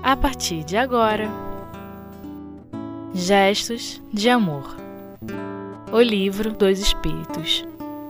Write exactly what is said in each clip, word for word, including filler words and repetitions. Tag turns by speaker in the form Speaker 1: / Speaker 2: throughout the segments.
Speaker 1: a partir de agora. Gestos de Amor. O Livro dos Espíritos.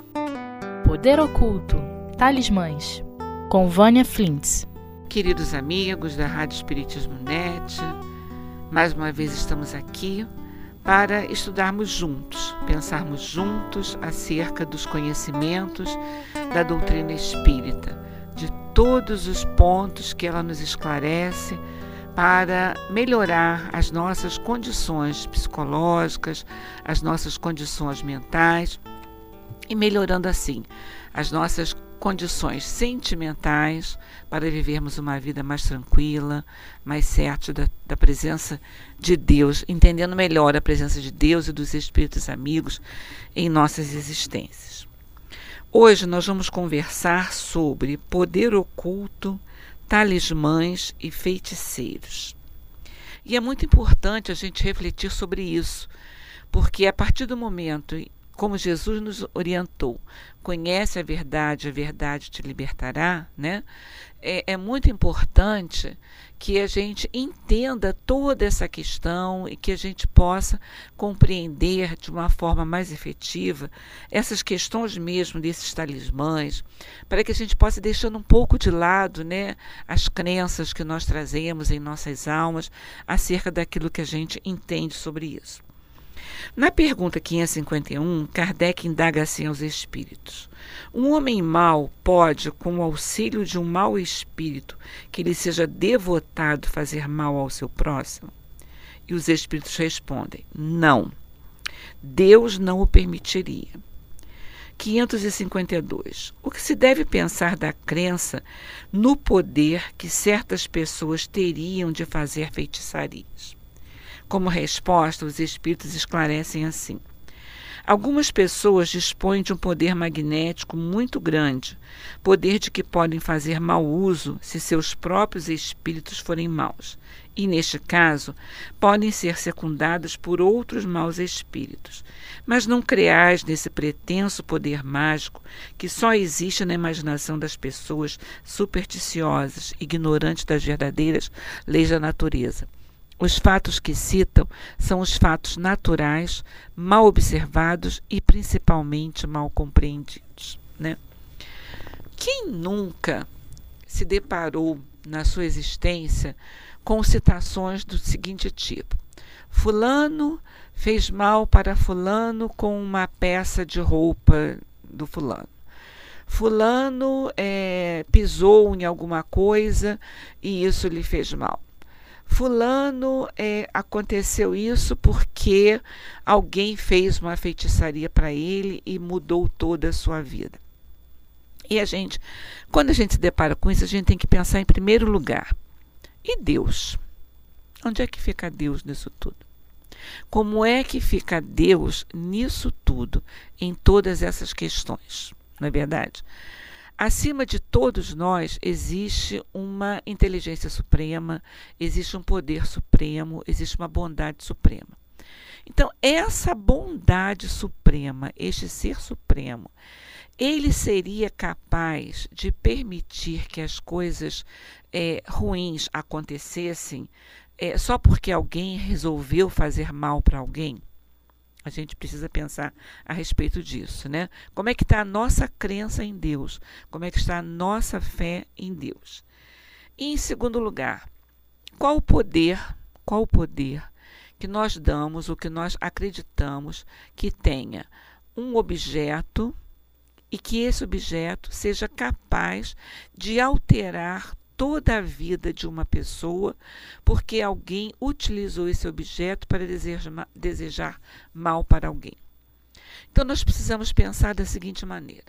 Speaker 1: Poder Oculto, Talismãs, com Vânia Flintz.
Speaker 2: Queridos amigos da Rádio Espiritismo Net, mais uma vez estamos aqui para estudarmos juntos, pensarmos juntos acerca dos conhecimentos da doutrina espírita, de todos os pontos que ela nos esclarece para melhorar as nossas condições psicológicas, as nossas condições mentais e melhorando assim as nossas condições sentimentais para vivermos uma vida mais tranquila, mais certa da, da presença de Deus, entendendo melhor a presença de Deus e dos espíritos amigos em nossas existências. Hoje nós vamos conversar sobre poder oculto, talismãs e feiticeiros. E é muito importante a gente refletir sobre isso, porque a partir do momento, como Jesus nos orientou, conhece a verdade, a verdade te libertará, né? É, é muito importante que a gente entenda toda essa questão e que a gente possa compreender de uma forma mais efetiva essas questões mesmo desses talismãs, para que a gente possa ir deixando um pouco de lado, né, as crenças que nós trazemos em nossas almas acerca daquilo que a gente entende sobre isso. Na pergunta quinhentos e cinquenta e um, Kardec indaga assim aos espíritos: um homem mau pode, com o auxílio de um mau espírito que lhe seja devotado, fazer mal ao seu próximo? E os espíritos respondem: não, Deus não o permitiria. quinhentos e cinquenta e dois. O que se deve pensar da crença no poder que certas pessoas teriam de fazer feitiçarias? Como resposta, os espíritos esclarecem assim: algumas pessoas dispõem de um poder magnético muito grande, poder de que podem fazer mau uso se seus próprios espíritos forem maus, e, neste caso, podem ser secundados por outros maus espíritos. Mas não creais nesse pretenso poder mágico que só existe na imaginação das pessoas supersticiosas, ignorantes das verdadeiras leis da natureza. Os fatos que citam são os fatos naturais, mal observados e principalmente mal compreendidos, né? Quem nunca se deparou na sua existência com citações do seguinte tipo: fulano fez mal para fulano com uma peça de roupa do fulano. Fulano é, pisou em alguma coisa e isso lhe fez mal. Fulano, é, aconteceu isso porque alguém fez uma feitiçaria para ele e mudou toda a sua vida. E a gente, quando a gente se depara com isso, a gente tem que pensar em primeiro lugar: e Deus? Onde é que fica Deus nisso tudo? Como é que fica Deus nisso tudo, em todas essas questões? Não é verdade? Acima de todos nós existe uma inteligência suprema, existe um poder supremo, existe uma bondade suprema. Então, essa bondade suprema, este ser supremo, ele seria capaz de permitir que as coisas é, ruins acontecessem é, só porque alguém resolveu fazer mal para alguém? A gente precisa pensar a respeito disso, né? Como é que está a nossa crença em Deus? Como é que está a nossa fé em Deus? E, em segundo lugar, qual o poder, qual o poder que nós damos, o que nós acreditamos que tenha um objeto e que esse objeto seja capaz de alterar toda a vida de uma pessoa, porque alguém utilizou esse objeto para desejar, desejar mal para alguém. Então, nós precisamos pensar da seguinte maneira: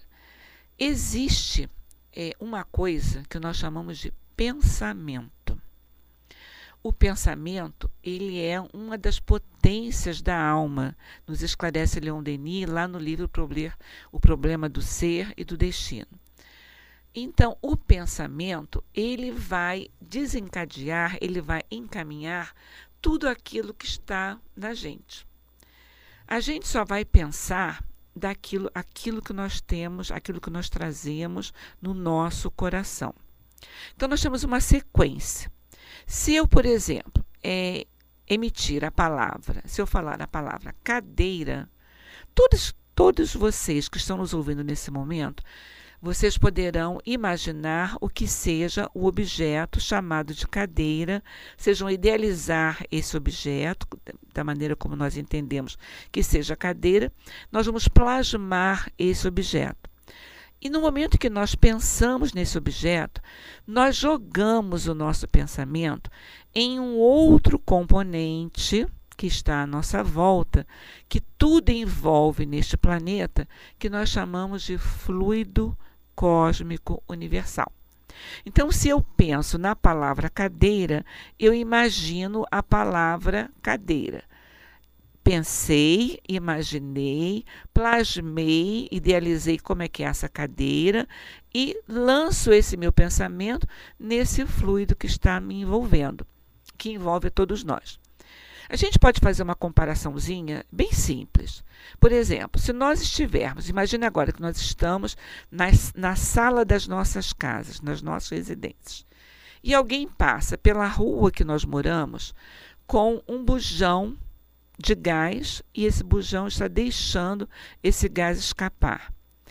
Speaker 2: existe é, uma coisa que nós chamamos de pensamento. O pensamento, ele é uma das potências da alma, nos esclarece Leon Denis lá no livro O Problema do Ser e do Destino. Então, o pensamento, ele vai desencadear, ele vai encaminhar tudo aquilo que está na gente. A gente só vai pensar daquilo aquilo que nós temos, aquilo que nós trazemos no nosso coração. Então, nós temos uma sequência. Se eu, por exemplo, é, emitir a palavra, se eu falar a palavra cadeira, todos, todos vocês que estão nos ouvindo nesse momento, vocês poderão imaginar o que seja o objeto chamado de cadeira, sejam idealizar esse objeto, da maneira como nós entendemos que seja cadeira, nós vamos plasmar esse objeto. E no momento que nós pensamos nesse objeto, nós jogamos o nosso pensamento em um outro componente que está à nossa volta, que tudo envolve neste planeta, que nós chamamos de fluido cósmico universal. Então, se eu penso na palavra cadeira, eu imagino a palavra cadeira. Pensei, imaginei, plasmei, idealizei como é que é essa cadeira e lanço esse meu pensamento nesse fluido que está me envolvendo, que envolve todos nós. A gente pode fazer uma comparaçãozinha bem simples. Por exemplo, se nós estivermos, imagine agora que nós estamos na, na sala das nossas casas, nas nossas residências, e alguém passa pela rua que nós moramos com um bujão de gás e esse bujão está deixando esse gás escapar.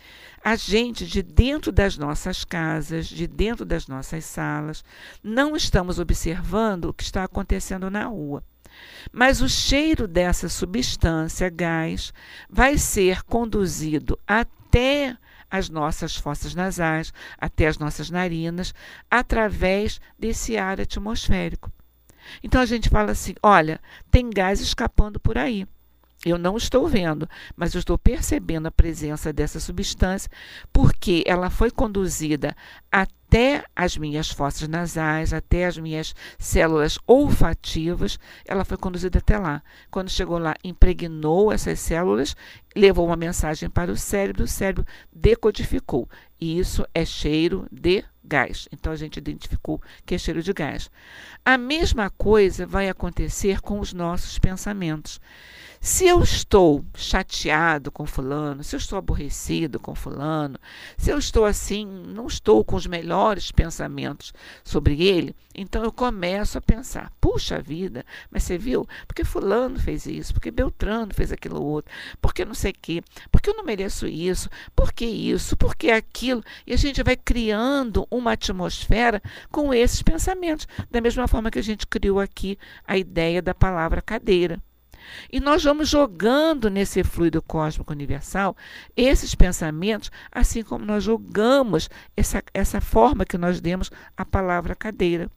Speaker 2: A gente, de dentro das nossas casas, de dentro das nossas salas, não estamos observando o que está acontecendo na rua. Mas o cheiro dessa substância, gás, vai ser conduzido até as nossas fossas nasais, até as nossas narinas, através desse ar atmosférico. Então a gente fala assim, olha, tem gás escapando por aí. Eu não estou vendo, mas eu estou percebendo a presença dessa substância porque ela foi conduzida até as minhas fossas nasais, até as minhas células olfativas, ela foi conduzida até lá. Quando chegou lá, impregnou essas células, levou uma mensagem para o cérebro, o cérebro decodificou. E isso é cheiro de gás. Então, a gente identificou que é cheiro de gás. A mesma coisa vai acontecer com os nossos pensamentos. Se eu estou chateado com fulano, se eu estou aborrecido com fulano, se eu estou assim, não estou com os melhores pensamentos sobre ele, então eu começo a pensar, puxa vida, mas você viu? Porque fulano fez isso, porque Beltrano fez aquilo outro, porque não sei o quê, porque eu não mereço isso, porque isso, porque aquilo, e a gente vai criando uma atmosfera com esses pensamentos, da mesma forma que a gente criou aqui a ideia da palavra cadeira. E nós vamos jogando nesse fluido cósmico universal esses pensamentos, assim como nós jogamos essa, essa forma que nós demos à palavra cadeira.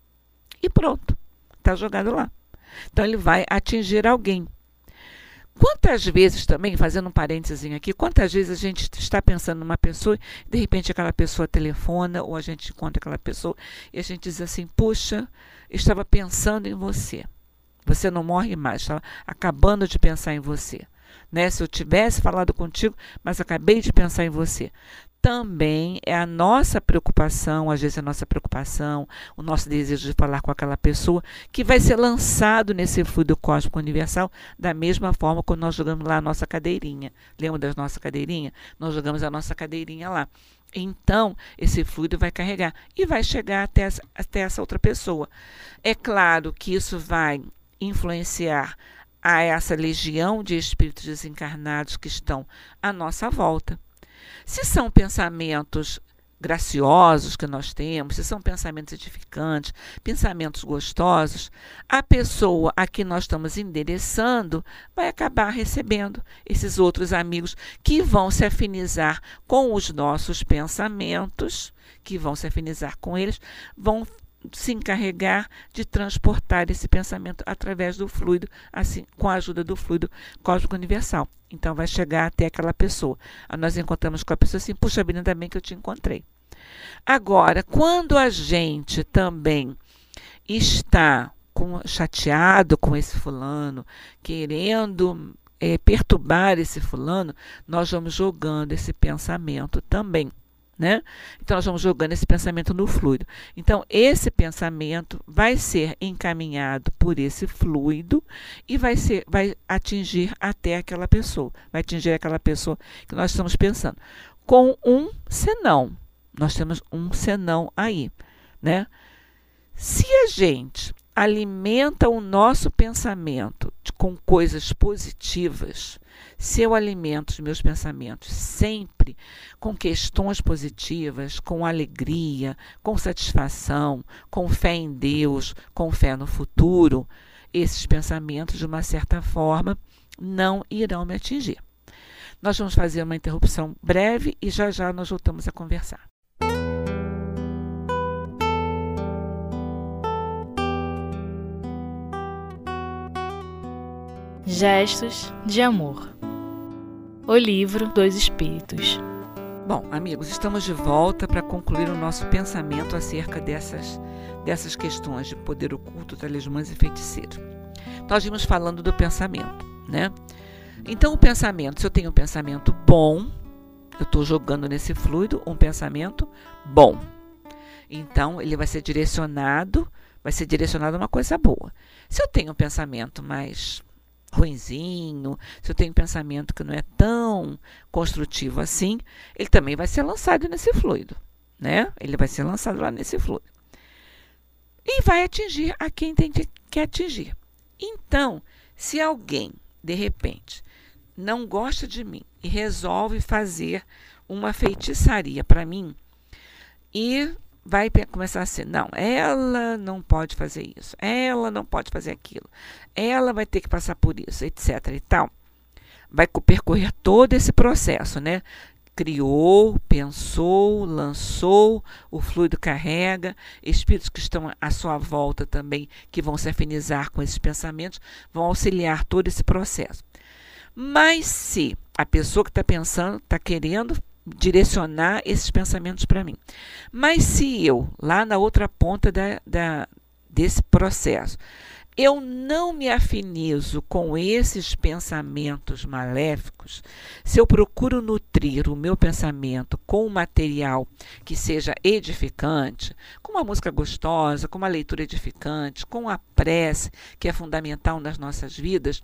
Speaker 2: E pronto, está jogado lá. Então ele vai atingir alguém. Quantas vezes também, fazendo um parênteses aqui, quantas vezes a gente está pensando numa pessoa e de repente aquela pessoa telefona ou a gente encontra aquela pessoa e a gente diz assim, puxa, estava pensando em você. Você não morre mais, estava acabando de pensar em você. Né? Se eu tivesse falado contigo, mas acabei de pensar em você. Também é a nossa preocupação, às vezes a nossa preocupação, o nosso desejo de falar com aquela pessoa, que vai ser lançado nesse fluido cósmico universal, da mesma forma quando nós jogamos lá a nossa cadeirinha. Lembra da nossa cadeirinha? Nós jogamos a nossa cadeirinha lá. Então, esse fluido vai carregar e vai chegar até essa, até essa outra pessoa. É claro que isso vai influenciar a essa legião de espíritos desencarnados que estão à nossa volta. Se são pensamentos graciosos que nós temos, se são pensamentos edificantes, pensamentos gostosos, a pessoa a que nós estamos endereçando vai acabar recebendo esses outros amigos que vão se afinizar com os nossos pensamentos, que vão se afinizar com eles, vão se encarregar de transportar esse pensamento através do fluido, assim, com a ajuda do fluido cósmico universal. Então, vai chegar até aquela pessoa. Nós encontramos com a pessoa assim, puxa vida, ainda bem que eu te encontrei. Agora, quando a gente também está com, chateado com esse fulano, querendo é, perturbar esse fulano, nós vamos jogando esse pensamento também. Né? Então, nós vamos jogando esse pensamento no fluido. Então, esse pensamento vai ser encaminhado por esse fluido e vai, ser, vai atingir até aquela pessoa. Vai atingir aquela pessoa que nós estamos pensando. Com um senão. Nós temos um senão aí. Né? Se a gente alimenta o nosso pensamento de, com coisas positivas, se eu alimento os meus pensamentos sempre com questões positivas, com alegria, com satisfação, com fé em Deus, com fé no futuro, esses pensamentos, de uma certa forma, não irão me atingir. Nós vamos fazer uma interrupção breve e já já nós voltamos a conversar.
Speaker 1: Gestos de Amor. O livro dos Espíritos.
Speaker 2: Bom, amigos, estamos de volta para concluir o nosso pensamento acerca dessas, dessas questões de poder oculto, talismãs e feiticeiros. Nós vimos falando do pensamento, né? Então, o pensamento, se eu tenho um pensamento bom, eu estou jogando nesse fluido um pensamento bom. Então, ele vai ser direcionado, vai ser direcionado a uma coisa boa. Se eu tenho um pensamento mais ruinzinho, se eu tenho um pensamento que não é tão construtivo assim, ele também vai ser lançado nesse fluido, né? Ele vai ser lançado lá nesse fluido. E vai atingir a quem tem que atingir. Então, se alguém, de repente, não gosta de mim e resolve fazer uma feitiçaria para mim e vai começar a ser, não, ela não pode fazer isso, ela não pode fazer aquilo, ela vai ter que passar por isso, etc e tal. Vai percorrer todo esse processo, né? Criou, pensou, lançou, o fluido carrega, espíritos que estão à sua volta também, que vão se afinizar com esses pensamentos, vão auxiliar todo esse processo. Mas se a pessoa que está pensando, está querendo direcionar esses pensamentos para mim, mas se eu, lá na outra ponta da, da, desse processo, eu não me afinizo com esses pensamentos maléficos, se eu procuro nutrir o meu pensamento com um material que seja edificante, com uma música gostosa, com uma leitura edificante, com a prece, que é fundamental nas nossas vidas,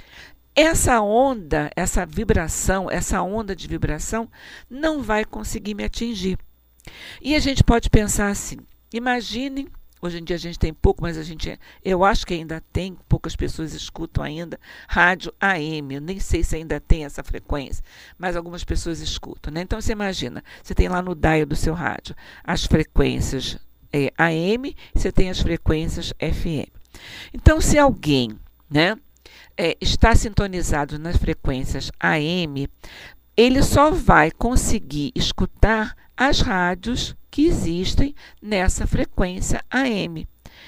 Speaker 2: essa onda, essa vibração, essa onda de vibração não vai conseguir me atingir. E a gente pode pensar assim, imaginem, hoje em dia a gente tem pouco, mas a gente, eu acho que ainda tem, poucas pessoas escutam ainda rádio A M, eu nem sei se ainda tem essa frequência, mas algumas pessoas escutam, né? Então você imagina, você tem lá no dial do seu rádio as frequências é, A M, você tem as frequências F M. Então se alguém, né, É, está sintonizado nas frequências A M, ele só vai conseguir escutar as rádios que existem nessa frequência A M.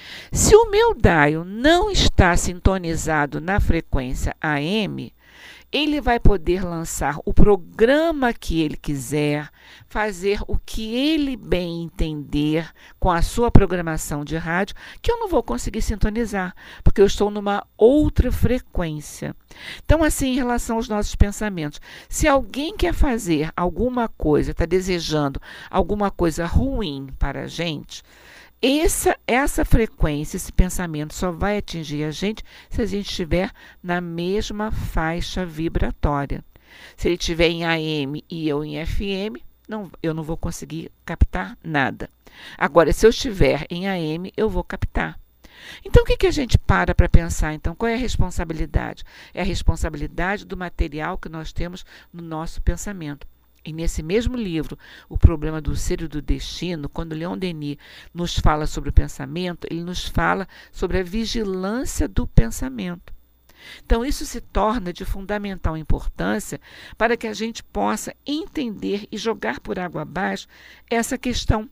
Speaker 2: Se o meu dial não está sintonizado na frequência A M, ele vai poder lançar o programa que ele quiser, fazer o que ele bem entender com a sua programação de rádio, que eu não vou conseguir sintonizar, porque eu estou numa outra frequência. Então, assim, em relação aos nossos pensamentos, se alguém quer fazer alguma coisa, está desejando alguma coisa ruim para a gente, Essa, essa frequência, esse pensamento só vai atingir a gente se a gente estiver na mesma faixa vibratória. Se ele estiver em A M e eu em F M, não, eu não vou conseguir captar nada. Agora, se eu estiver em A M, eu vou captar. Então, o que, que a gente para para pensar? Então, qual é a responsabilidade? É a responsabilidade do material que nós temos no nosso pensamento. E nesse mesmo livro, O Problema do Ser e do Destino, quando Leon Denis nos fala sobre o pensamento, ele nos fala sobre a vigilância do pensamento. Então, isso se torna de fundamental importância para que a gente possa entender e jogar por água abaixo essa questão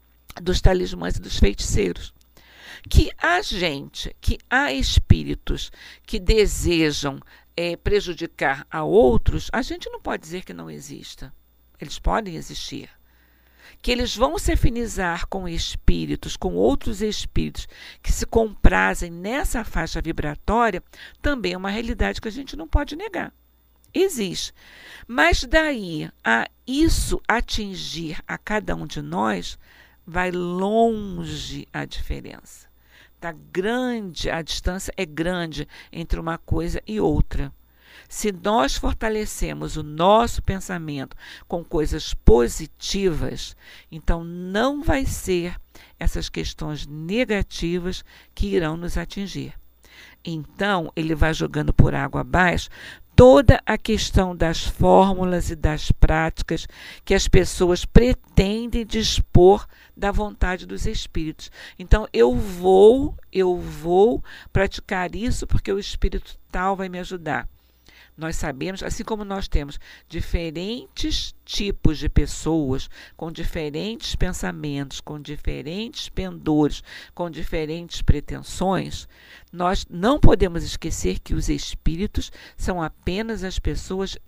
Speaker 2: dos talismãs e dos feiticeiros. Que a gente, que há espíritos que desejam é, prejudicar a outros, a gente não pode dizer que não exista. Eles podem existir. Que eles vão se afinizar com espíritos, com outros espíritos que se comprazem nessa faixa vibratória, também é uma realidade que a gente não pode negar. Existe. Mas daí a isso atingir a cada um de nós, vai longe a diferença. Tá grande, a distância é grande entre uma coisa e outra. Se nós fortalecemos o nosso pensamento com coisas positivas, então não vai ser essas questões negativas que irão nos atingir. Então, ele vai jogando por água abaixo toda a questão das fórmulas e das práticas que as pessoas pretendem dispor da vontade dos espíritos. Então, eu vou, eu vou praticar isso porque o espírito tal vai me ajudar. Nós sabemos, assim como nós temos diferentes tipos de pessoas, com diferentes pensamentos, com diferentes pendores, com diferentes pretensões, nós não podemos esquecer que os espíritos são apenas as pessoas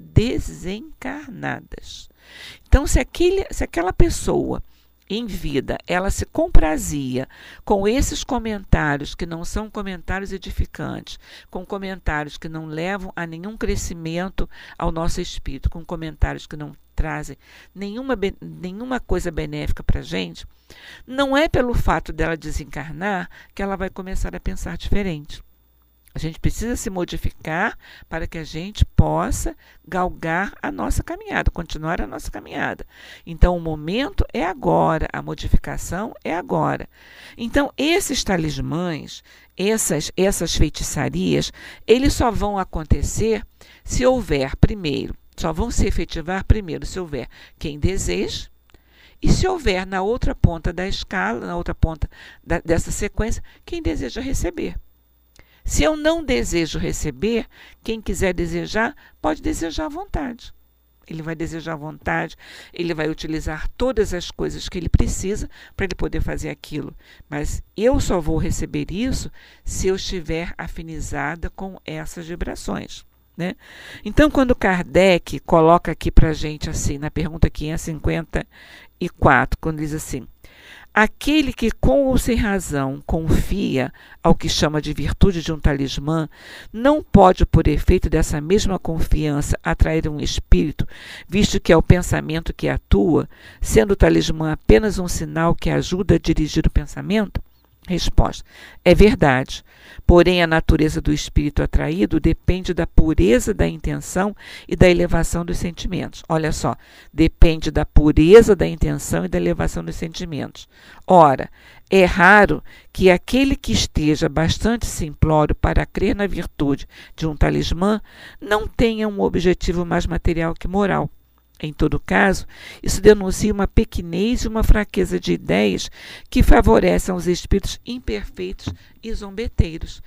Speaker 2: desencarnadas. Então, se, aquele, se aquela pessoa em vida, ela se comprazia com esses comentários que não são comentários edificantes, com comentários que não levam a nenhum crescimento ao nosso espírito, com comentários que não trazem nenhuma, nenhuma coisa benéfica para a gente, não é pelo fato dela desencarnar que ela vai começar a pensar diferente. A gente precisa se modificar para que a gente possa galgar a nossa caminhada, continuar a nossa caminhada. Então, o momento é agora, a modificação é agora. Então, esses talismãs, essas, essas feitiçarias, eles só vão acontecer se houver, primeiro, só vão se efetivar primeiro se houver quem deseja, e se houver na outra ponta da escala, na outra ponta da, dessa sequência, quem deseja receber. Se eu não desejo receber, quem quiser desejar, pode desejar à vontade. Ele vai desejar à vontade, ele vai utilizar todas as coisas que ele precisa para ele poder fazer aquilo. Mas eu só vou receber isso se eu estiver afinizada com essas vibrações, né? Então, quando Kardec coloca aqui para a gente, assim, na pergunta quinhentos e cinquenta e quatro, quando diz assim: aquele que, com ou sem razão, confia ao que chama de virtude de um talismã, não pode, por efeito dessa mesma confiança, atrair um espírito, visto que é o pensamento que atua, sendo o talismã apenas um sinal que ajuda a dirigir o pensamento? Resposta: é verdade. Porém, a natureza do espírito atraído depende da pureza da intenção e da elevação dos sentimentos. Olha só, depende da pureza da intenção e da elevação dos sentimentos. Ora, é raro que aquele que esteja bastante simplório para crer na virtude de um talismã não tenha um objetivo mais material que moral. Em todo caso, isso denuncia uma pequenez e uma fraqueza de ideias que favorecem os espíritos imperfeitos e zombeteiros.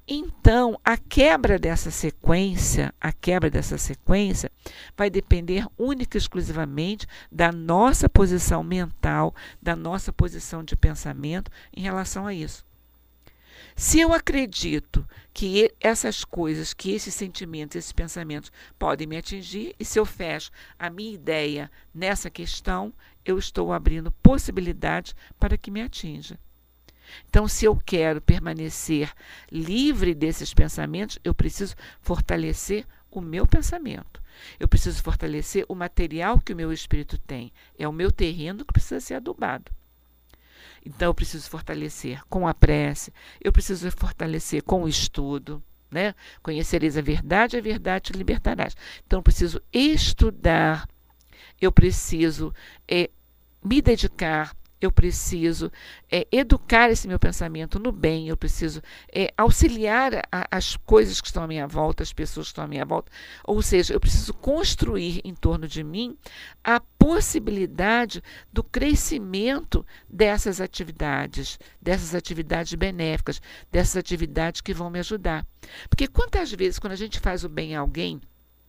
Speaker 2: Então, a quebra dessa sequência, a quebra dessa sequência vai depender única e exclusivamente da nossa posição mental, da nossa posição de pensamento em relação a isso. Se eu acredito que essas coisas, que esses sentimentos, esses pensamentos podem me atingir, e se eu fecho a minha ideia nessa questão, eu estou abrindo possibilidades para que me atinja. Então, se eu quero permanecer livre desses pensamentos, eu preciso fortalecer o meu pensamento. Eu preciso fortalecer o material que o meu espírito tem. É o meu terreno que precisa ser adubado. Então, eu preciso fortalecer com a prece, eu preciso fortalecer com o estudo, né? Conhecereis a verdade, a verdade te libertarás. Então, eu preciso estudar, eu preciso é, me dedicar, eu preciso é, educar esse meu pensamento no bem, eu preciso é, auxiliar a, as coisas que estão à minha volta, as pessoas que estão à minha volta. Ou seja, eu preciso construir em torno de mim a possibilidade do crescimento dessas atividades, dessas atividades benéficas, dessas atividades que vão me ajudar. Porque quantas vezes, quando a gente faz o bem a alguém,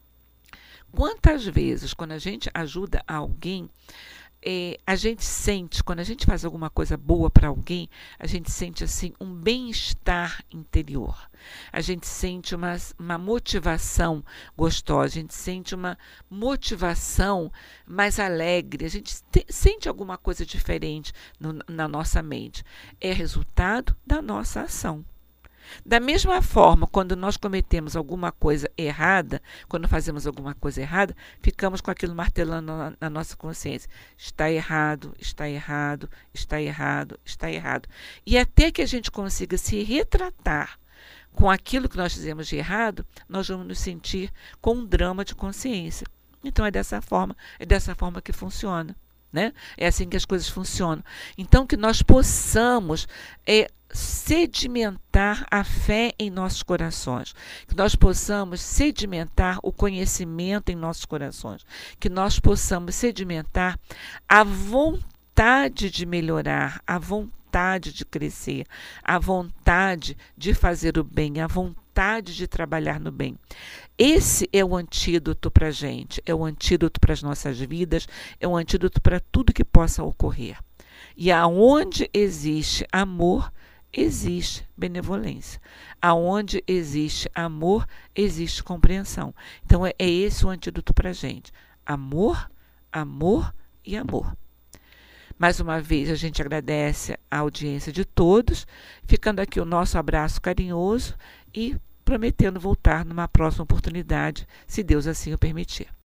Speaker 2: quantas vezes, quando a gente ajuda alguém, É, a gente sente, quando a gente faz alguma coisa boa para alguém, a gente sente assim um bem-estar interior. A gente sente uma, uma motivação gostosa, a gente sente uma motivação mais alegre, a gente te, sente alguma coisa diferente no, na nossa mente. É resultado da nossa ação. Da mesma forma, quando nós cometemos alguma coisa errada, quando fazemos alguma coisa errada, ficamos com aquilo martelando na, na nossa consciência. Está errado, está errado, está errado, está errado. E até que a gente consiga se retratar com aquilo que nós fizemos de errado, nós vamos nos sentir com um drama de consciência. Então é dessa forma, é dessa forma que funciona, né? É assim que as coisas funcionam. Então que nós possamos é, sedimentar a fé em nossos corações, que nós possamos sedimentar o conhecimento em nossos corações, que nós possamos sedimentar a vontade de melhorar, a vontade de crescer, a vontade de fazer o bem, a vontade de trabalhar no bem. Esse é o antídoto para a gente, é o antídoto para as nossas vidas, é o antídoto para tudo que possa ocorrer. E aonde existe amor, existe benevolência. Aonde existe amor, existe compreensão. Então é, é esse o antídoto para a gente. Amor, amor e amor. Mais uma vez a gente agradece a audiência de todos, ficando aqui o nosso abraço carinhoso e prometendo voltar numa próxima oportunidade, se Deus assim o permitir.